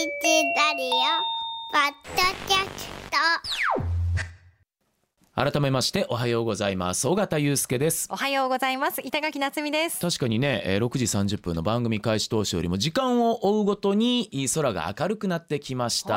ラディオポッドキャスト。 改めましておはようございます。尾形祐介です。 おはようございます。板垣夏美です。 確かにね、6時30分の番組開始当初よりも時間を追うごとに空が明るくなってきました。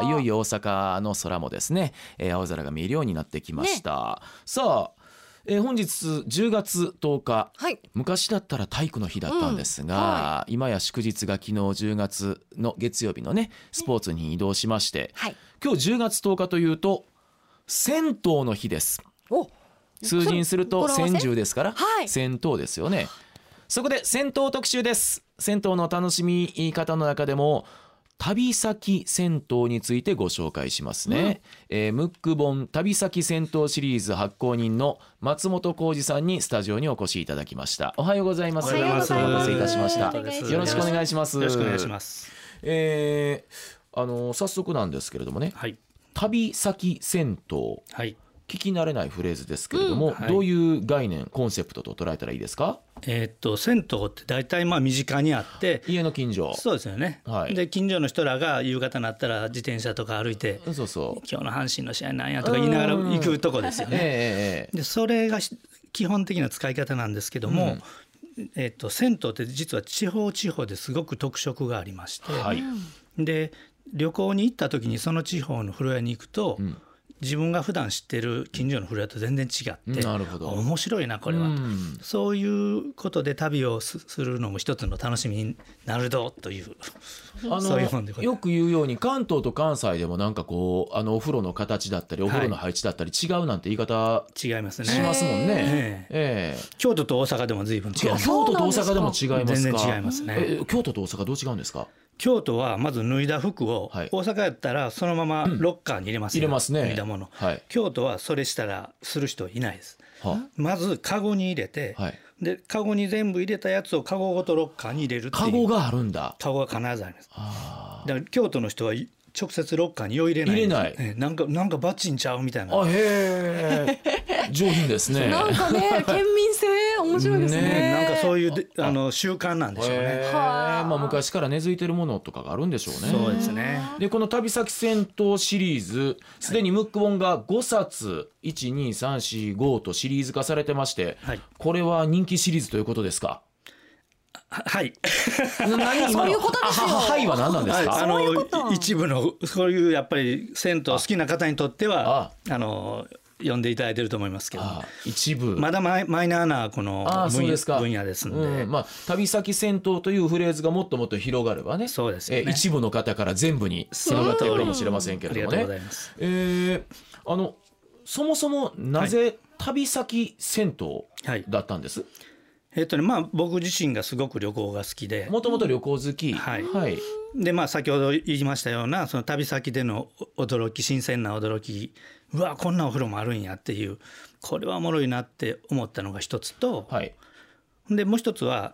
いよいよ大阪の空もですね、青空が見えるようになってきました、さあ、本日10月10日、 はい、 昔だったら体育の日だったんですが、今や祝日が昨日10月の月曜日のねスポーツに移動しまして、今日10月10日というと銭湯の日です。数字にすると千十ですから、銭湯ですよね。そこで銭湯特集です。銭湯の楽しみ方の中でも旅先銭湯についてご紹介しますね、ムック本旅先銭湯シリーズ発行人の松本浩二さんにスタジオにお越しいただきました。おはようございます。お越しいたしました。よろしくお願いします。 よろしくお願いします。 早速なんですけれどもね、旅先銭湯、聞き慣れないフレーズですけれども、どういう概念コンセプトと捉えたらいいですか？ 銭湯って大体身近にあって、 家の近所、 そうですよね、で近所の人らが夕方になったら自転車とか歩いて、今日の阪神の試合なんやとか言いながら行くとこですよね、でそれが基本的な使い方なんですけども、銭湯って実は地方地方ですごく特色がありまして、で旅行に行った時にその地方の風呂屋に行くと、自分が普段知ってる近所の風呂屋と全然違って、面白いなこれは、そういうことで旅をするのも一つの楽しみになるぞという、そういうもんで、 よく言うように関東と関西でもなんかこうお風呂の形だったりお風呂の配置だったり違うなんて言い方違いますね、 しますもんね、 京都と大阪でも随分違います。 京都と大阪でも違いますか？ 全然違いますね。 京都と大阪どう違うんですか？ 京都はまず脱いだ服を、大阪やったらそのままロッカーに入れますよ、 入れますね、 脱いだもの、京都はそれしたらする人はいないです。まずカゴに入れて、でカゴに全部入れたやつをカゴごとロッカーに入れるっていう。 カゴがあるんだ。 カゴが必ずあります。だから京都の人は直接ロッカーに入れない。 入れない、 なんかバチンちゃうみたいな。 上品ですね。 なんかね、県民性面白いですね。 なんかそういう習慣なんでしょうね。 昔から根付いてるものとかがあるんでしょうね。 そうですね。 でこの旅先銭湯シリーズ、すでにムック本が5冊 1,2,3,4,5 とシリーズ化されてまして、これは人気シリーズということですか？ はいそういうことですよ。 はいは何なんですか？ 一部のそういうやっぱり銭湯好きな方にとっては読んでいただいてると思いますけど、 一部まだマイナーなこの分野ですので、 旅先銭湯というフレーズがもっともっと広がればね、 そうですよね、 一部の方から全部に広がっているかもしれませんけれどもね。 ありがとうございます。 そもそもなぜ旅先銭湯だったんです？ 僕自身がすごく旅行が好きで、 もともと旅行好き、 で先ほど言いましたようなその旅先での驚き、新鮮な驚き、うわこんなお風呂もあるんやっていう、これはおもろいなって思ったのが一つと、でもう一つは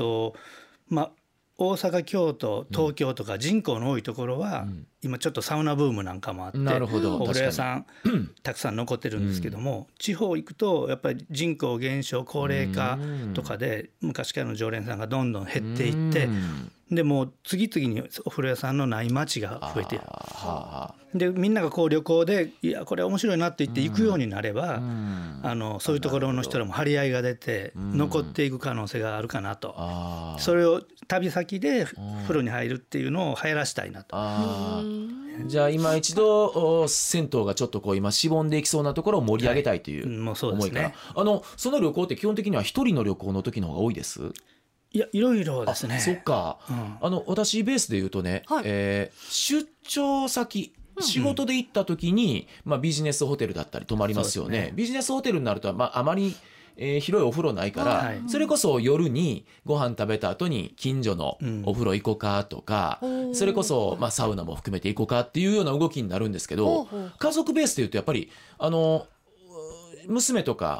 大阪、京都、東京とか人口の多いところは、今ちょっとサウナブームなんかもあって、お風呂屋さんたくさん残ってるんですけども、地方行くとやっぱり人口減少、高齢化とかで昔からの常連さんがどんどん減っていって、でもう次々にお風呂屋さんのない街が増えている。でみんながこう旅行でいやこれ面白いなって言って行くようになれば、そういうところの人らも張り合いが出て残っていく可能性があるかなと。それを旅先で風呂に入るっていうのを流行らしたいなと。 じゃあ今一度銭湯がちょっとこう今しぼんでいきそうなところを盛り上げたいという思いから、その旅行って基本的には一人の旅行の時の方が多いです？ いろいろですね。 そっか、私ベースで言うとね、出張先仕事で行った時に、ビジネスホテルだったり泊まりますよね。ビジネスホテルになると、あまり広いお風呂ないから、それこそ夜にご飯食べた後に近所のお風呂行こうかとか、それこそサウナも含めて行こうかっていうような動きになるんですけど、家族ベースで言うとやっぱり娘とか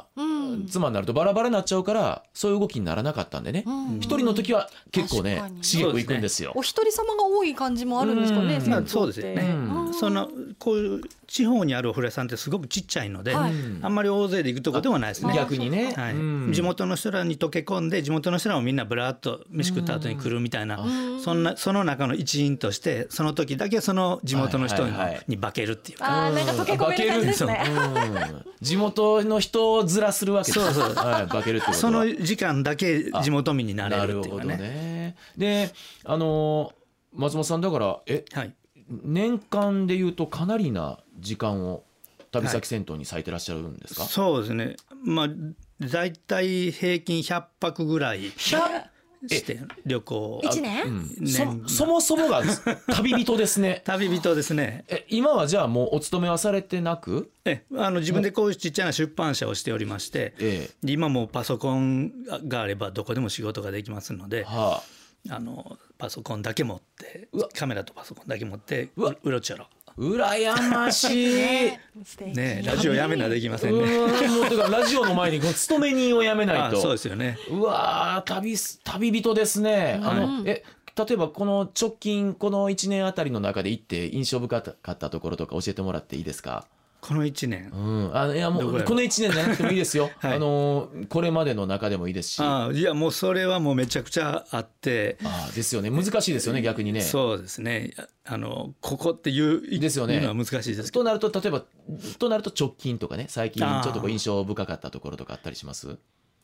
妻になるとバラバラになっちゃうからそういう動きにならなかったんでね、一人の時は結構ね刺激いくんですよ。 お一人様が多い感じもあるんですかね。 そうですよね。こういう地方にあるお風呂屋さんってすごくちっちゃいので、あんまり大勢で行くとこではないですね。 逆にね、 地元の人らに溶け込んで地元の人らもみんなブラーっと飯食った後に来るみたいな、その中の一員としてその時だけその地元の人に化けるっていうか、 なんか溶け込める感じですね。 地元の人をずらするわけです。化けるってことはその時間だけ地元民になれるっていうかね。 で松本さんだから年間でいうとかなりな時間を旅先銭湯に割いてらっしゃるんですか？ そうですね。だいたい平均100泊ぐらいして旅行。 1年？ そもそもが旅人ですね。 旅人ですね。 今はじゃあもうお勤めはされてなく？ 自分でこういうちっちゃな出版社をしておりまして、今もパソコンがあればどこでも仕事ができますので、パソコンだけ持ってカメラとパソコンだけ持ってうろちょろ。 羨ましいね。ラジオやめなできませんね。 もうだからラジオの前に勤め人をやめないと。 そうですよね。 うわ旅人ですね。例えばこの直近この1年あたりの中で行って印象深かったところとか教えてもらっていいですか？ この1年、 いやもうこの1年じゃなくてもいいですよ。これまでの中でもいいですし。 いやもうそれはもうめちゃくちゃあって。 ですよね。難しいですよね逆にね。 そうですね。ここっていうですよね。 のは難しいですけど。 となると例えば直近とかね最近ちょっと印象深かったところとかあったりします？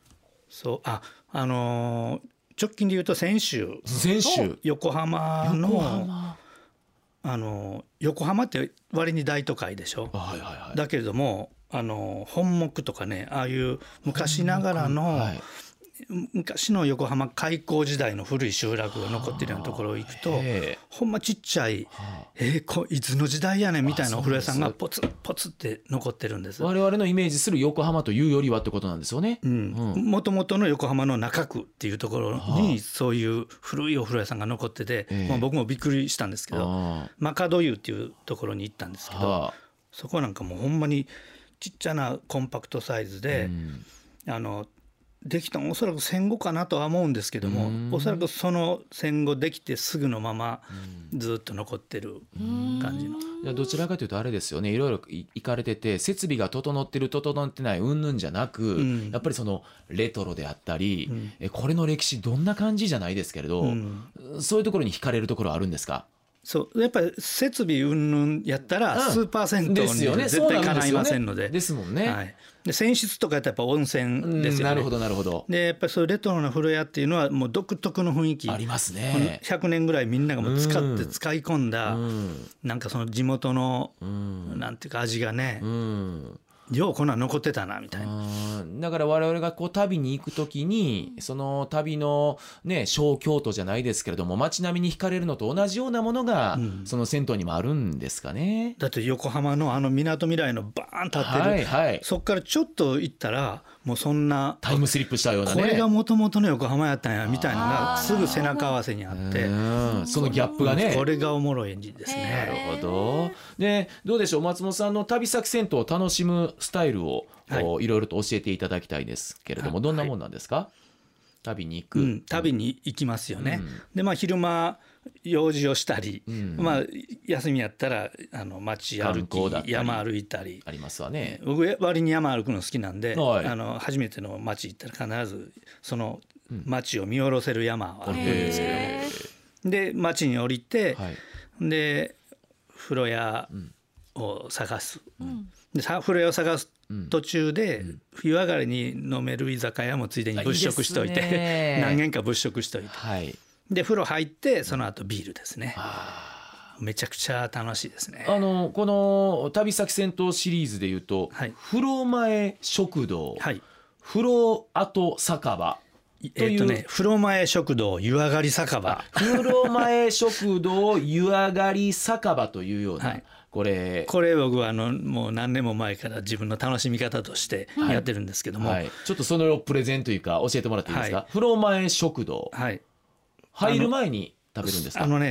直近でいうと先週横浜の横浜って割に大都会でしょ。だけれども本木とかね、ああいう昔ながらの昔の横浜開港時代の古い集落が残っているようなところ行くとほんまちっちゃいいつの時代やねんみたいなお風呂屋さんがポツポツって残ってるんです。 我々のイメージする横浜というよりはってことなんですよね。 もともとの横浜の中区っていうところにそういう古いお風呂屋さんが残ってて、僕もびっくりしたんですけど、マカド湯っていうところに行ったんですけど、そこなんかもうほんまにちっちゃなコンパクトサイズで、できたのおそらく戦後かなとは思うんですけども、おそらくその戦後できてすぐのままずっと残ってる感じの。 どちらかというとあれですよね、いろいろ行かれてて設備が整ってる整ってないうんぬんじゃなく、やっぱりそのレトロであったり、これの歴史どんな感じじゃないですけれど、そういうところに惹かれるところはあるんですか？ そうやっぱり設備云々やったら数パーセントに絶対かないませんので、 ですもんね。 で泉質とかやったらやっぱ温泉ですよね。 なるほどなるほど。 でやっぱりそういうレトロな風呂屋っていうのはもう独特の雰囲気ありますね。 100年ぐらいみんながもう使って使い込んだ、なんかその地元のなんていうか味がね、ようこんなん残ってたなみたいな。 だから我々がこう旅に行くときにその旅のね小京都じゃないですけれども街並みに惹かれるのと同じようなものが、その銭湯にもあるんですかね。 だって横浜のみなとみらいのバーン立ってる、そこからちょっと行ったらもうそんなタイムスリップしたようなね、 これがもともとの横浜やったんやみたいなのがすぐ背中合わせにあって、 そのギャップがね、 これがおもろいですね。 なるほど。でどうでしょう、松本さんの旅先銭湯を楽しむスタイルを、いろいろと教えていただきたいですけれども、どんなもんなんですか？旅に行く、 旅に行きますよね。で昼間用事をしたり、休みやったら街歩き山歩いたりありますわね。 僕割に山歩くの好きなんで、初めての街行ったら必ずその街を見下ろせる山を歩くんですけども、で街に降りて、で風呂屋を探す、で風呂屋を探す途中で冬上がりに飲める居酒屋もついでに物色しといて、何軒か物色しといて、で風呂入ってその後ビールですね。めちゃくちゃ楽しいですね。 この旅先銭湯シリーズでいうと、風呂前食堂、風呂後酒場風呂前食堂湯上がり酒場、 風呂前食堂湯上がり酒場というような、これ僕はもう何年も前から自分の楽しみ方としてやってるんですけども、 ちょっとそのプレゼンというか教えてもらっていいですか？風呂前食堂、入る前に食べるんですか？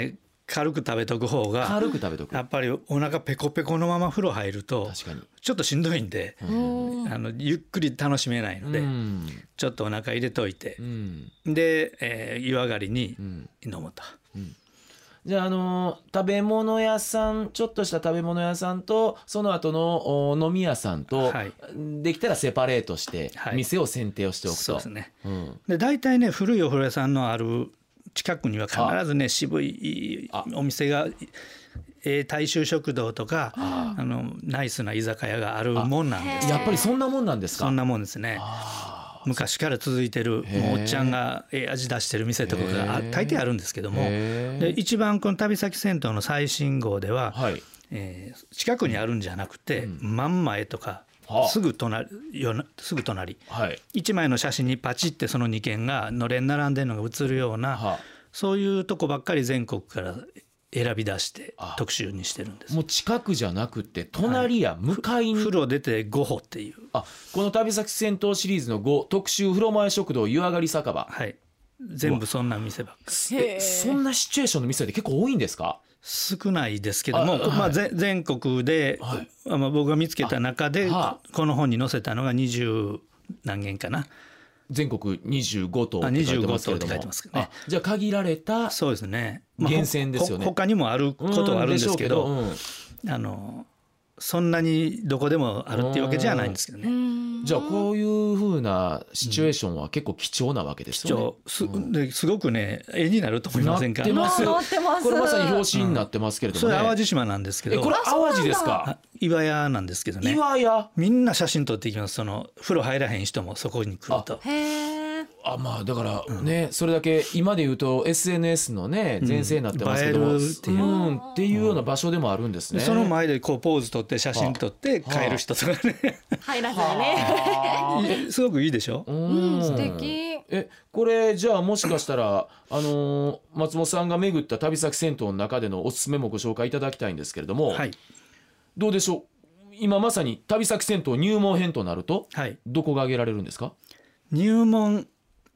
軽く食べとく方が軽く食べとく。 やっぱりお腹ペコペコのまま風呂入ると確かにちょっとしんどいんで、ゆっくり楽しめないので、ちょっとお腹入れといて、で、湯上がりに飲むと。 じゃあ、食べ物屋さん、ちょっとした食べ物屋さんとその後の飲み屋さんと、 はい、 できたらセパレートして店を選定をしておくと。 そうですね。で大体ね、古いお風呂屋さんのある近くには必ずね、渋いお店が、大衆食堂とかナイスな居酒屋があるもんなんです。 やっぱりそんなもんなんですか。 そんなもんですね。昔から続いてるもうおっちゃんが味出してる店とかが大抵あるんですけども、で一番この旅先銭湯の最新号では、近くにあるんじゃなくて、真ん前とかすぐ隣、1枚の写真にパチってその2軒がのれん並んでるのが映るような、そういうとこばっかり全国から選び出して特集にしてるんです。 もう近くじゃなくて隣や向かいに、 風呂出て5歩っていう、 この旅先銭湯シリーズの5特集風呂前食堂湯上がり酒場、 全部そんな店ばっかり。そんなシチュエーションの店って結構多いんですか。 少ないですけども、全国で、僕が見つけた中で、この本に載せたのが20何軒かな。 全国25棟って書いてますけれども、じゃあ限られた、 そうですね、 厳選ですよね。 他にもあることはあるんですけど、そんなにどこでもあるっていうわけじゃないんですけどね。 じゃあこういう風なシチュエーションは結構貴重なわけですよね。 すごくね、絵になると思いませんか。 なってます。これまさに表紙になってますけれどもね。 それ淡路島なんですけど。 これ淡路ですか。 岩屋なんですけどね。 岩屋。 みんな写真撮っていきます。その風呂入らへん人もそこに来ると。 まあだからね、それだけ今で言うと SNS のね全盛になってますけども、っていうような場所でもあるんですね。 その前でこうポーズ撮って写真撮って帰る人とかね、 入らずにね。 すごくいいでしょ。 素敵。 これじゃあもしかしたら松本さんが巡った旅先銭湯の中でのおすすめもご紹介いただきたいんですけれども、どうでしょう。今まさに旅先銭湯入門編となると、どこが挙げられるんですか。 入門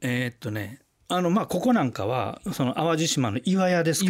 ここなんかはその淡路島の岩屋ですから、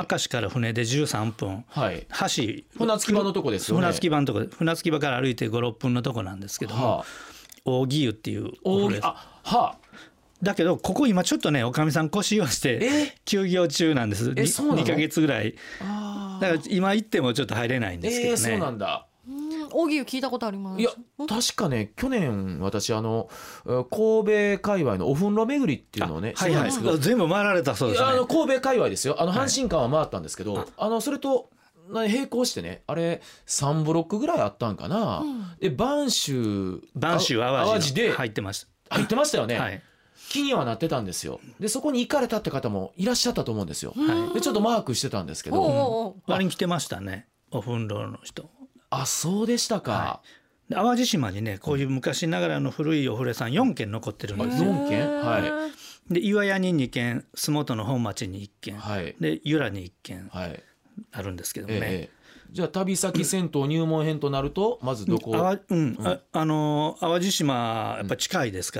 明石から船で13分、 船着き場のとこですよね。 船着き場のとこで、船着き場から歩いて5、6分のとこなんですけども、扇湯っていうお風呂です。だけどここ今ちょっとね、おかみさん腰をして休業中なんです。2ヶ月ぐらいだから今行ってもちょっと入れないんですけどね。 そうなんだ。 扇湯聞いたことあります。 いや確かね、去年私神戸界隈のお風呂巡りっていうのをねしてたんですけど、 全部回られたそうですね。 神戸界隈ですよ。阪神間は回ったんですけど、それと並行してね、あれ3ブロックぐらいあったんかな。で播州淡路で入ってましたよね。気にはなってたんですよ。でそこに行かれたって方もいらっしゃったと思うんですよ。でちょっとマークしてたんですけど、 割に来てましたね、お風呂の人。 そうでしたか。 淡路島にね、こういう昔ながらの古いお風呂屋さん4軒残ってるんですよ。 4軒。 で岩屋に2軒、洲本の本町に1軒、で由良に1軒あるんですけどね。 じゃあ旅先銭湯入門編となるとまずどこ。 淡路島やっぱ近いですから、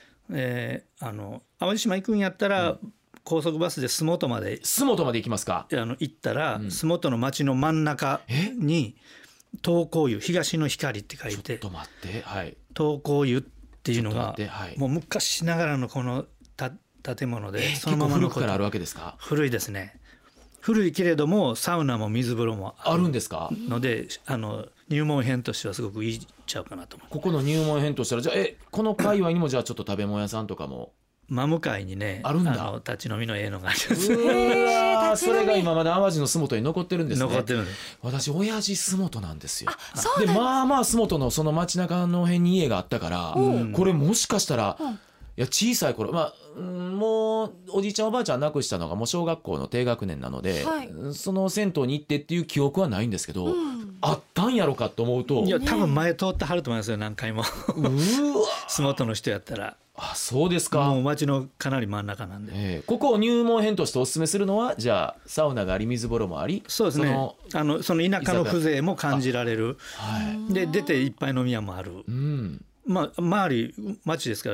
淡路島行くんやったら、高速バスで洲本まで行きますか。 行ったら、洲本の町の真ん中に東光湯、東の光って書いて、 ちょっと待って、 東光湯っていうのがもう昔ながらのこの建物で、 そのまま古くからあるわけですか。 古いですね。古いけれどもサウナも水風呂もあるんですか。 ので入門編としてはすごくいいっちゃうかなと思う。 ここの入門編としたら、じゃあこの界隈にもじゃあちょっと食べ物屋さんとかも真向かいにね、 あるんだ。 立ち飲みののがあります。 それが今まだ淡路の洲本に残ってるんですね。 残ってるんです。 私親父洲本なんですよ。で洲本のその街中の辺に家があったから、これもしかしたら、いや小さい頃、もうおじいちゃんおばあちゃん亡くしたのがもう小学校の低学年なので、その銭湯に行ってっていう記憶はないんですけど、あったんやろかと思うと、 いや多分前通ってはると思いますよ、何回も。洲本の人やったら。 そうですか。 もう街のかなり真ん中なんで、 ここを入門編としておすすめするのは、じゃあサウナがあり水風呂もあり、 そうですね、その田舎の風情も感じられる、で出ていっぱい飲み屋もある、周り町ですから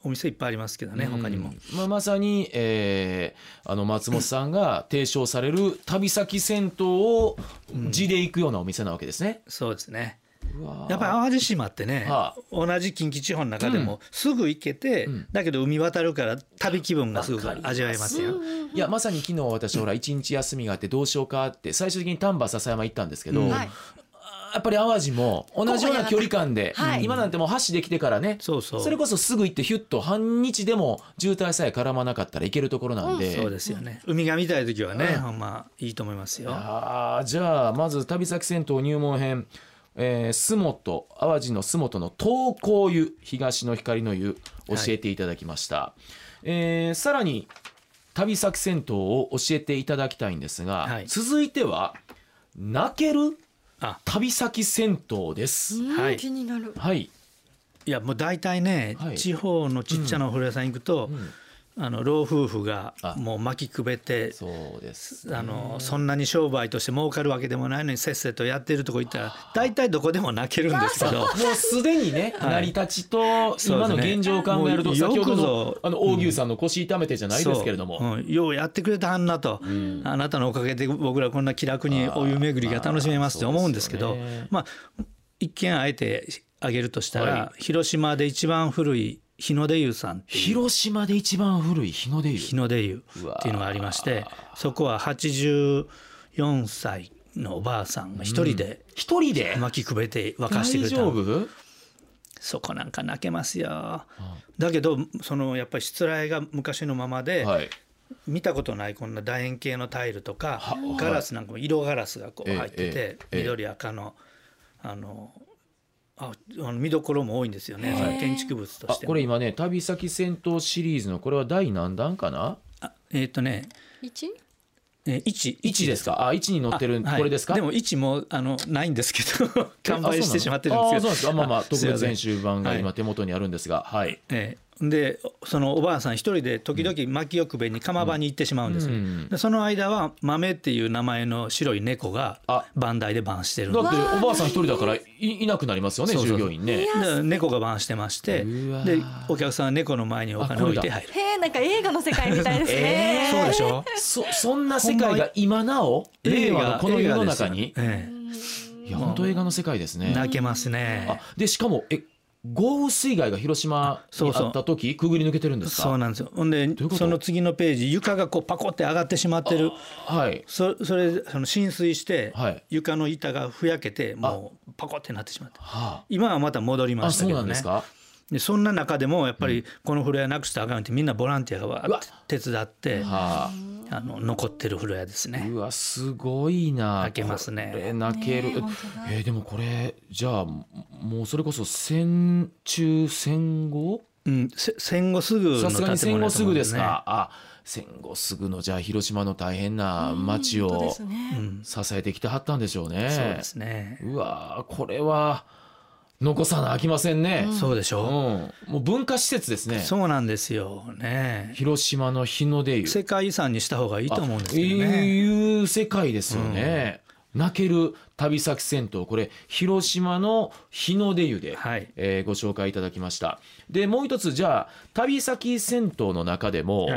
お店いっぱいありますけどね、他にも。 まさに、松本さんが提唱される旅先銭湯を地で行くようなお店なわけですね。 そうですね。やっぱり淡路島ってね、同じ近畿地方の中でもすぐ行けて、だけど海渡るから旅気分がすぐ味わえますよ。 いやまさに昨日私ほら1日休みがあってどうしようかって最終的に丹波篠山行ったんですけど、やっぱり淡路も同じような距離感で、今なんてもう橋できてからね、それこそすぐ行ってヒュッと半日でも渋滞さえ絡まなかったら行けるところなんで、 そうですよね。海が見たい時はね、ほんまいいと思いますよ。 じゃあまず旅先銭湯入門編、洲本、淡路の洲本の東光湯、東の光の湯教えていただきました。さらに旅先銭湯を教えていただきたいんですが、続いては泣ける旅先銭湯です。 気になる。 いやもう大体ね、地方のちっちゃなお風呂屋さん行くと、老夫婦がもう巻きくべて、 そうです、 そんなに商売として儲かるわけでもないのにせっせとやってるとこ行ったら大体どこでも泣けるんですけど、 もうすでにね、成り立ちと今の現状を考えると、先ほどの大牛さんの腰痛めてじゃないですけれども、 ようやってくれたはんなと、あなたのおかげで僕らこんな気楽にお湯巡りが楽しめますって思うんですけど、一見あえてあげるとしたら、広島で一番古い日の出湯さんっていう、 広島で一番古い日の出湯っていうのがありまして、そこは84歳のおばあさんが一人で巻きくべて沸かしてくれた。 大丈夫？ そこなんか泣けますよ。だけどやっぱりしつらえが昔のままで、見たことないこんな楕円形のタイルとかガラスなんかも色ガラスがこう入ってて、緑赤の見どころも多いんですよね、建築物としても。 これ今ね、旅先銭湯シリーズのこれは第何弾かな 1 1 ですか。1に載ってるこれですか。 でも1もないんですけど完売してしまってるんですけど、 そうですか。特別編集版が今手元にあるんですが、 でそのおばあさん一人で時々薪をくべに釜場に行ってしまうんですよ。でその間は豆っていう名前の白い猫が番台で番してるんです。 だっておばあさん一人だからいなくなりますよね、従業員ね。 で猫が番してまして、でお客さんは猫の前にお金を置いて入る。 なんか映画の世界みたいですね。 そうでしょ。 そんな世界が今なお令和のこの世の中に、いや本当映画の世界ですね。 泣けますね。 でしかも豪雨水害が広島にあった時くぐり抜けてるんですか。 そうなんですよ。ほんでその次のページ、床がこうパコって上がってしまってる。それ浸水して床の板がふやけてもうパコってなってしまった。今はまた戻りましたけどね。でそんな中でもやっぱりこの風呂屋なくしたらあかんってみんなボランティアがわーって手伝って残ってる風呂屋ですね。 うわすごいな。 泣けますね。 これ泣ける。でもこれじゃあもうそれこそ戦中戦後、 戦後すぐの建物だと思うんですね。 さすがに戦後すぐですか。戦後すぐのじゃあ広島の大変な町を支えてきてはったんでしょうね。 そうですね。 うわこれは残さなあきませんね。 そうでしょう。もう文化施設ですね。 そうなんですよね。 広島の日の出湯、 世界遺産にした方がいいと思うんですけどね。 いう世界ですよね。泣ける旅先銭湯、これ広島の日の出湯で、ご紹介いただきました。でもう一つ、じゃあ旅先銭湯の中でも、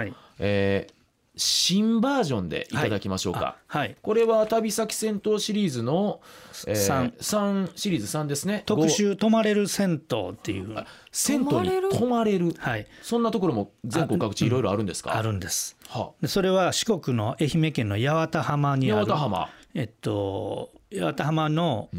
新バージョンでいただきましょうか。これは旅先銭湯シリーズの、3シリーズ3ですね。 特集泊まれる銭湯っていう、 銭湯に泊まれる、そんなところも全国各地いろいろあるんですか。 あるんです。でそれは四国の愛媛県の八幡浜にある八幡浜の、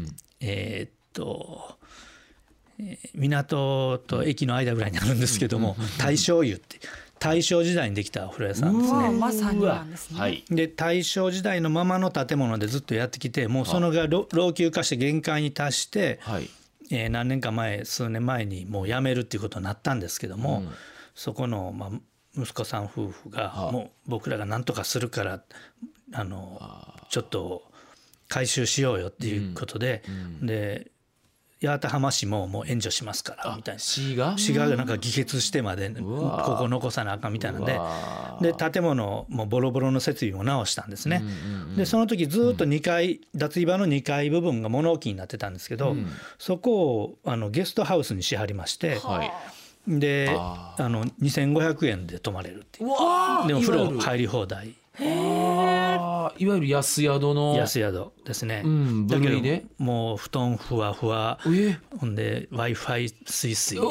港と駅の間ぐらいにあるんですけども、大正湯って大正時代にできたお風呂屋さんですね。 まさになんですね。 で大正時代のままの建物でずっとやってきて、もうそのが老朽化して限界に達して、何年か数年前にもう辞めるっていうことになったんですけども、そこの、息子さん夫婦がもう僕らが何とかするからちょっと改修しようよっていうことで、で八幡浜市ももう援助しますからみたいな、市がなんか議決してまでここ残さなあかんみたいなんで、建物もボロボロの設備も直したんですね。でその時ずっと2階脱衣場の2階部分が物置になってたんですけど、そこをゲストハウスにしはりまして、 で2500円で泊まれるっていう。でも風呂入り放題。 いわゆる安宿の安宿ですね、 部類でもう布団ふわふわ、ほんで Wi-Fi スイスイ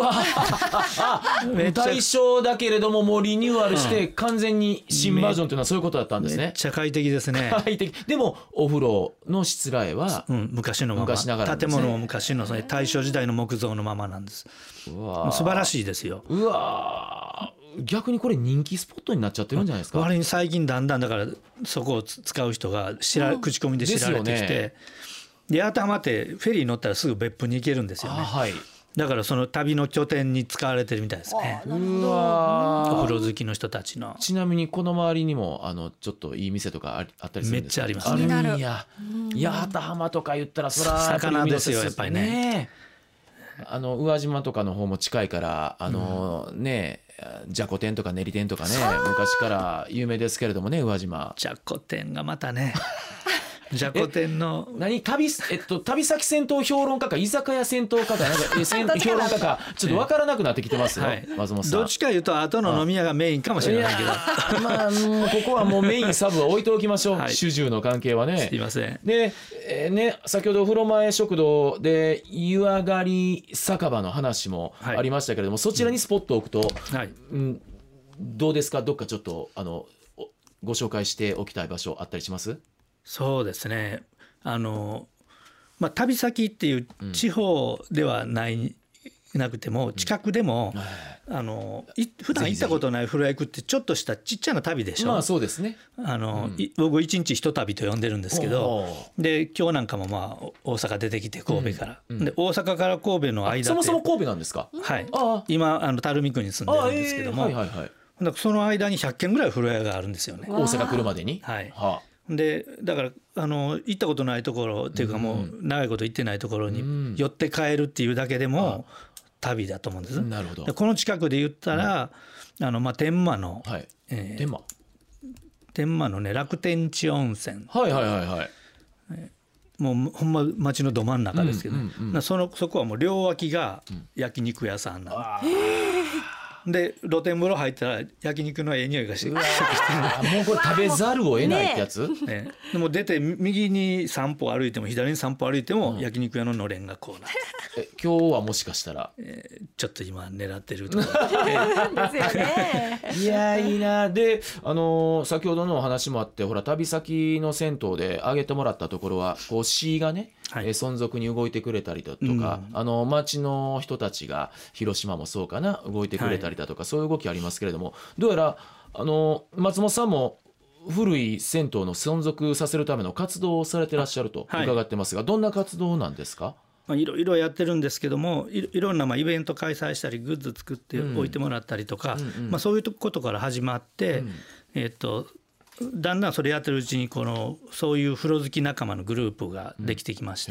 対象だけれどももうリニューアルして完全に新バージョンというのはそういうことだったんですね。 めっちゃ快適ですね。 快適でもお風呂のしつらえは、 昔のまま、 昔ながら、 建物も昔の大正時代の木造のままなんです。素晴らしいですよ。 うわ逆にこれ人気スポットになっちゃってるんじゃないですか。 割に最近だんだんだからそこを使う人が口コミで知られてきて、で八幡浜ってフェリー乗ったらすぐ別府に行けるんですよね。だからその旅の拠点に使われてるみたいですね。 うわお風呂好きの人たちの。 ちなみにこの周りにもちょっといい店とかあったりするんですか。 めっちゃありますね。あるんや。八幡浜とか言ったらそら魚ですよやっぱりね。 宇和島とかの方も近いからねじゃこ天とか練り天とかね昔から有名ですけれどもね宇和島。 じゃこ天がまたねじゃこ天の旅先戦闘評論家か居酒屋戦闘家か評論家かちょっと分からなくなってきてますよ、松本さん。 どっちかいうと後の飲み屋がメインかもしれないけどここはもうメインサブは置いておきましょう、主従の関係はね。 すいません。 で、先ほど風呂前食堂で湯上がり酒場の話もありましたけれども、そちらにスポットを置くと、どうですか。どっかちょっとご紹介しておきたい場所あったりします？ そうですね。旅先っていう地方ではなくても近くでも、普段行ったことない風呂屋行くってちょっとしたちっちゃな旅でしょ。 そうですね。 僕一日一旅と呼んでるんですけど、で今日なんかも大阪出てきて神戸から、で大阪から神戸の間そもそも神戸なんですか？ はい。今垂水区に住んでるんですけども、その間に100軒ぐらい風呂屋があるんですよね。 大阪来るまでに。 はい。でだから行ったことないところっていうかもう長いこと行ってないところに寄って帰るっていうだけでも旅だと思うんです。 なるほど。 この近くで言ったら天満の天満のね楽天地温泉。もうほんま町のど真ん中ですけど、そこはもう両脇が焼肉屋さんなんで露天風呂入ったら焼肉の匂いがしてもうこれ食べざるを得ないってやつ、 でも出て右に3歩歩いても左に3歩歩いても焼肉屋ののれんがこうなって今日はもしかしたら、 ちょっと今狙ってるとかですよね。 いやいいな。で先ほどのお話もあってほら旅先の銭湯で挙げてもらったところはこう市がね、存続に動いてくれたりだとか、町の人たちが広島もそうかな動いてくれたりだとか、そういう動きありますけれども、どうやら松本さんも古い銭湯の存続させるための活動をされてらっしゃると伺ってますが、どんな活動なんですか？ いろいろやってるんですけども、いろんなイベント開催したりグッズ作って置いてもらったりとか、そういうことから始まって、だんだんそれやってるうちにそういう風呂好き仲間のグループができてきまして、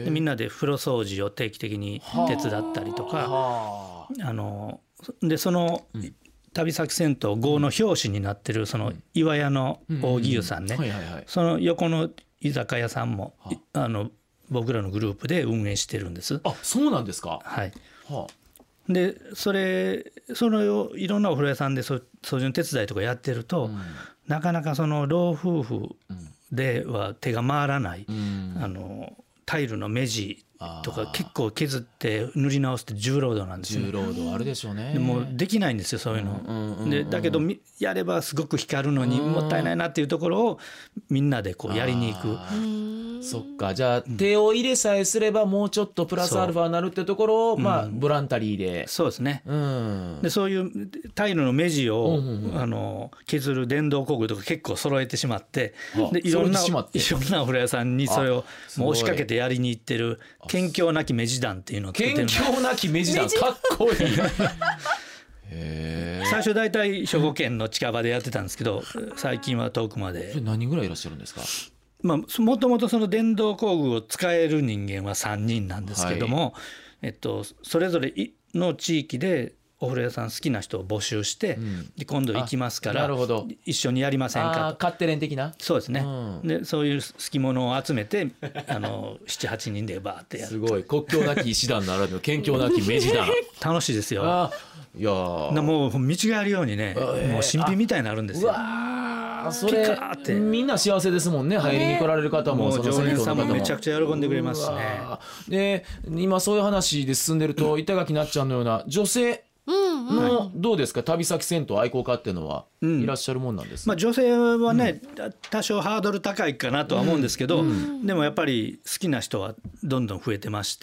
でみんなで風呂掃除を定期的に手伝ったりとか、でその旅先銭湯号の表紙になってるその岩屋の大木湯さんね、その横の居酒屋さんも僕らのグループで運営してるんです。 あ、そうなんですか。 はい。でそのいろんなお風呂屋さんで掃除の手伝いとかやってると、なかなかその老夫婦では手が回らない、タイルの目地とか結構削って塗り直すって重労働なんですよね。 重労働あるでしょうね。 でもできないんですよそういうの。でだけどやればすごく光るのにもったいないなっていうところをみんなでやりに行く。 そっか。じゃあ手を入れさえすればもうちょっとプラスアルファになるってところをボランタリーで。 そうですね。でそういうタイルの目地を削る電動工具とか結構揃えてしまって、でいろんなお風呂屋さんにそれをもう押しかけてやりに行ってる県境なき目地団っていうのを作ってる。 県境なき目地団かっこいい。 最初大体兵庫県の近場でやってたんですけど、最近は遠くまで。 何人ぐらいいらっしゃるんですか？ もともとその電動工具を使える人間は3人なんですけども、それぞれの地域でお風呂屋さん好きな人を募集して、で今度行きますから一緒にやりませんかと。 勝手連的な。 そうですね、でそういう好き者を集めて7,8人でバーってやる。 すごい国境なき医師団ならぬ県境なき明治団楽しいですよ。 いやもう見違えるようにね、もう新品みたいになるんですよ。 それみんな幸せですもんね。入りに来られる方も、その常連さんもめちゃくちゃ喜んでくれますしね。 で今そういう話で進んでると板垣なっちゃんのような女性のどうですか、旅先銭湯愛好家っていうのはいらっしゃるもんなんですか。 女性はね、多少ハードル高いかなとは思うんですけど、でもやっぱり好きな人はどんどん増えてまして、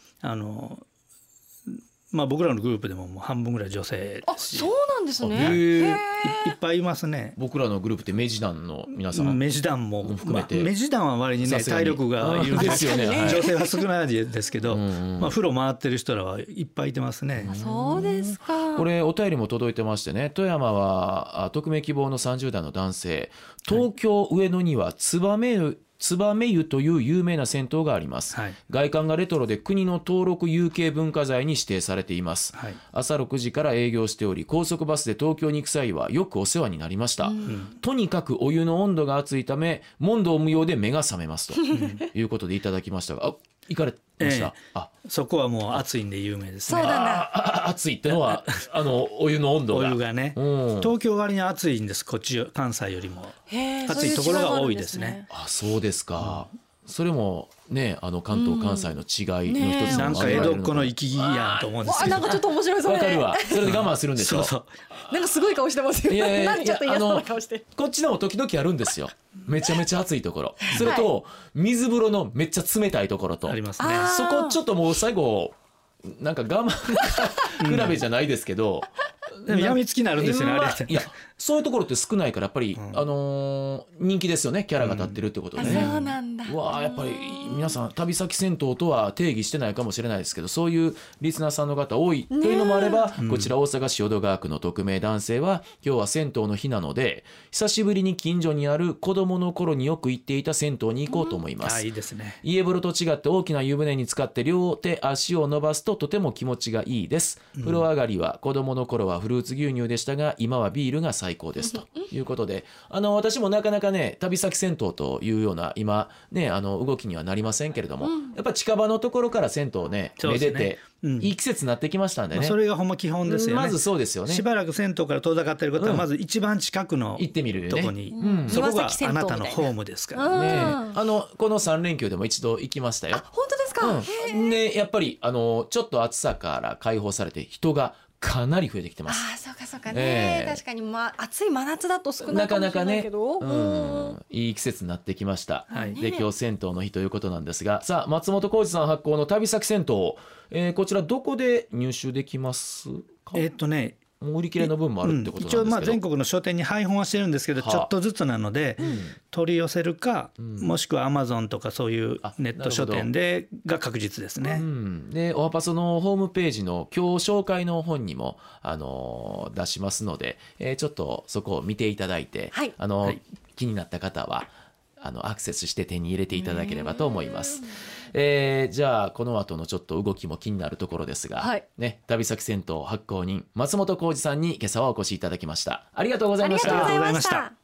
僕らのグループでももう半分ぐらい女性ですし。 そうなんですね。 いっぱいいますね。 僕らのグループって明治団の皆さん、 明治団も含めて、 明治団は割にね体力がいるんですよね。女性は少ないですけど、風呂回ってる人らはいっぱいいてますね。 そうですか。 これお便りも届いてましてね、富山は匿名希望の30代の男性、東京上野には燕湯という有名な銭湯があります、外観がレトロで国の登録有形文化財に指定されています、朝6時から営業しており、高速バスで東京に行く際はよくお世話になりました、とにかくお湯の温度が熱いため問答無用で目が覚めますということでいただきましたが、行かれました？ そこはもう暑いんで有名ですね。 そうなんだ。 暑いってのはお湯の温度が、 お湯がね、東京割に暑いんです。こっち関西よりも暑いところが多いですね。 そうですか、それもね、関東関西の違いの一つなんか江戸っ子の生きやんと思うんですけど、 なんかちょっと面白い。それわかるわ。それで我慢するんでしょ。 なんかすごい顔してますよ。何ちょっと嫌そうな顔して。 こっちのも時々あるんですよ。めちゃめちゃ暑いところ、それと水風呂のめっちゃ冷たいところとありますね。 そこちょっともう最後なんか我慢比べじゃないですけど、 でもやみつきになるんですよね、あれ。 いや、そういうところって少ないからやっぱり、人気ですよね、キャラが立ってるってことでね。 そうなんだ。 やっぱり皆さん旅先銭湯とは定義してないかもしれないですけど、そういうリスナーさんの方多いというのもあれば、こちら大阪市淀川区の匿名男性は、今日は銭湯の日なので久しぶりに近所にある子供の頃によく行っていた銭湯に行こうと思います、 いいですね。 家風呂と違って大きな湯船に浸かって両手足を伸ばすととても気持ちがいいです、風呂上がりは子供の頃はフルーツ牛乳でしたが今はビールが最高ですということで、私もなかなかね旅先銭湯というような今ね動きにはなりませんけれども、やっぱ近場のところから銭湯をねめでて、いい季節になってきましたんでね、 それがほんま基本ですよね。 まずそうですよね。 しばらく銭湯から遠ざかっている方はまず一番近くの行ってみるよね、 とこに、そこがあなたのホームですからね。この3連休でも一度行きましたよ。 本当ですか？ でやっぱりちょっと暑さから解放されて人がかなり増えてきてます。 そうかそうかね、確かに暑い真夏だと少ないかもしれないけど、 いい季節になってきました、で今日銭湯の日ということなんですが、さあ松本浩二さん発行の旅先銭湯、こちらどこで入手できますか？もう売り切れの分もあるってことなんですけど、 一応全国の書店に配本はしてるんですけど、ちょっとずつなので、取り寄せるか、もしくはアマゾンとかそういうネット書店でが確実ですね。 でオハパソのホームページの今日紹介の本にも出しますので、ちょっとそこを見ていただいて、気になった方はアクセスして手に入れていただければと思います。じゃあこの後のちょっと動きも気になるところですが、旅先銭湯発行人松本浩二さんに今朝はお越しいただきました。ありがとうございました。 ありがとうございました。